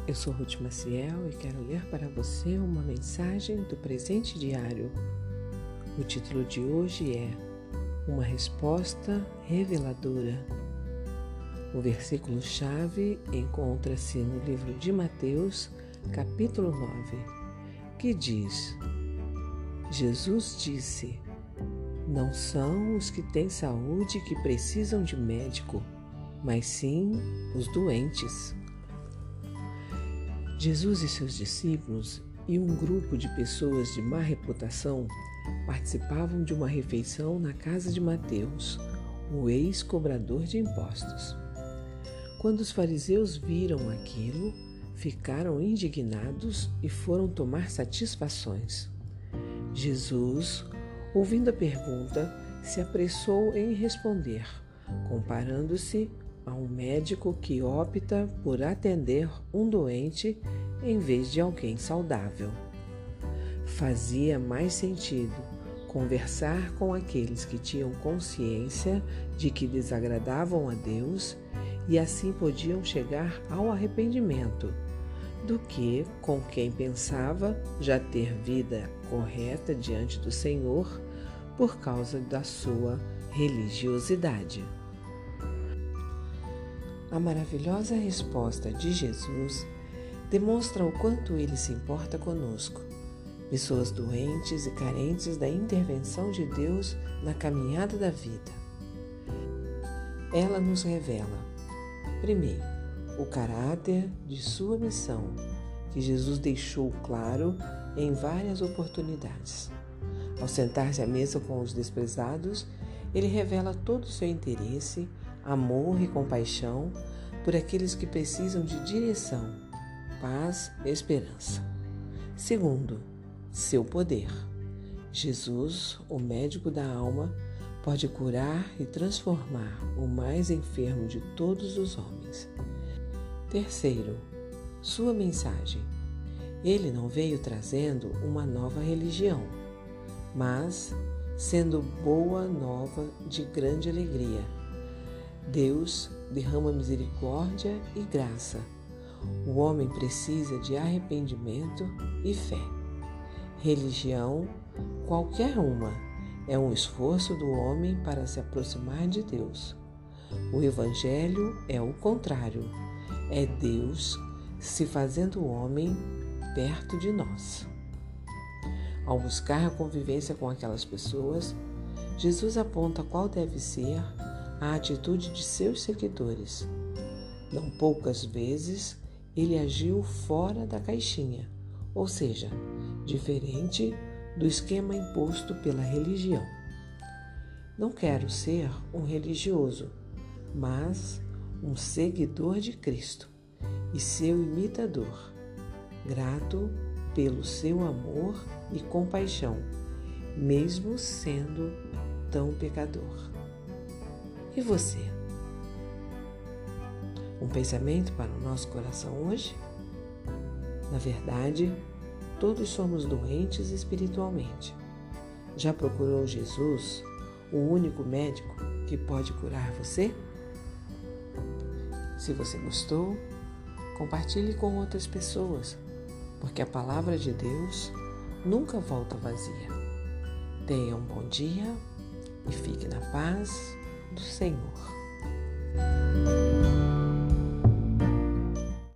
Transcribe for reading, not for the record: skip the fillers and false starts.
Eu sou Ruth Maciel e quero ler para você uma mensagem do presente diário. O título de hoje é Uma Resposta Reveladora. O versículo-chave encontra-se no livro de Mateus, capítulo 9, que diz: Jesus disse: Não são os que têm saúde que precisam de médico, mas sim os doentes. Jesus e seus discípulos e um grupo de pessoas de má reputação participavam de uma refeição na casa de Mateus, o ex-cobrador de impostos. Quando os fariseus viram aquilo, ficaram indignados e foram tomar satisfações. Jesus, ouvindo a pergunta, se apressou em responder, comparando-se a um médico que opta por atender um doente em vez de alguém saudável. Fazia mais sentido conversar com aqueles que tinham consciência de que desagradavam a Deus e assim podiam chegar ao arrependimento, do que com quem pensava já ter vida correta diante do Senhor por causa da sua religiosidade. A maravilhosa resposta de Jesus demonstra o quanto ele se importa conosco, pessoas doentes e carentes da intervenção de Deus na caminhada da vida. Ela nos revela, primeiro, o caráter de sua missão, que Jesus deixou claro em várias oportunidades. Ao sentar-se à mesa com os desprezados, ele revela todo o seu interesse, amor e compaixão por aqueles que precisam de direção, paz e esperança. Segundo, seu poder. Jesus, o médico da alma, pode curar e transformar o mais enfermo de todos os homens. Terceiro, sua mensagem. Ele não veio trazendo uma nova religião, mas sendo boa nova de grande alegria. Deus derrama misericórdia e graça. O homem precisa de arrependimento e fé. Religião, qualquer uma, é um esforço do homem para se aproximar de Deus. O Evangelho é o contrário. É Deus se fazendo homem perto de nós. Ao buscar a convivência com aquelas pessoas, Jesus aponta qual deve ser a atitude de seus seguidores. Não poucas vezes ele agiu fora da caixinha, ou seja, diferente do esquema imposto pela religião. Não quero ser um religioso, mas um seguidor de Cristo e seu imitador, grato pelo seu amor e compaixão, mesmo sendo tão pecador. E você? Um pensamento para o nosso coração hoje? Na verdade, todos somos doentes espiritualmente. Já procurou Jesus, o único médico que pode curar você? Se você gostou, compartilhe com outras pessoas, porque a palavra de Deus nunca volta vazia. Tenha um bom dia e fique na paz do Senhor.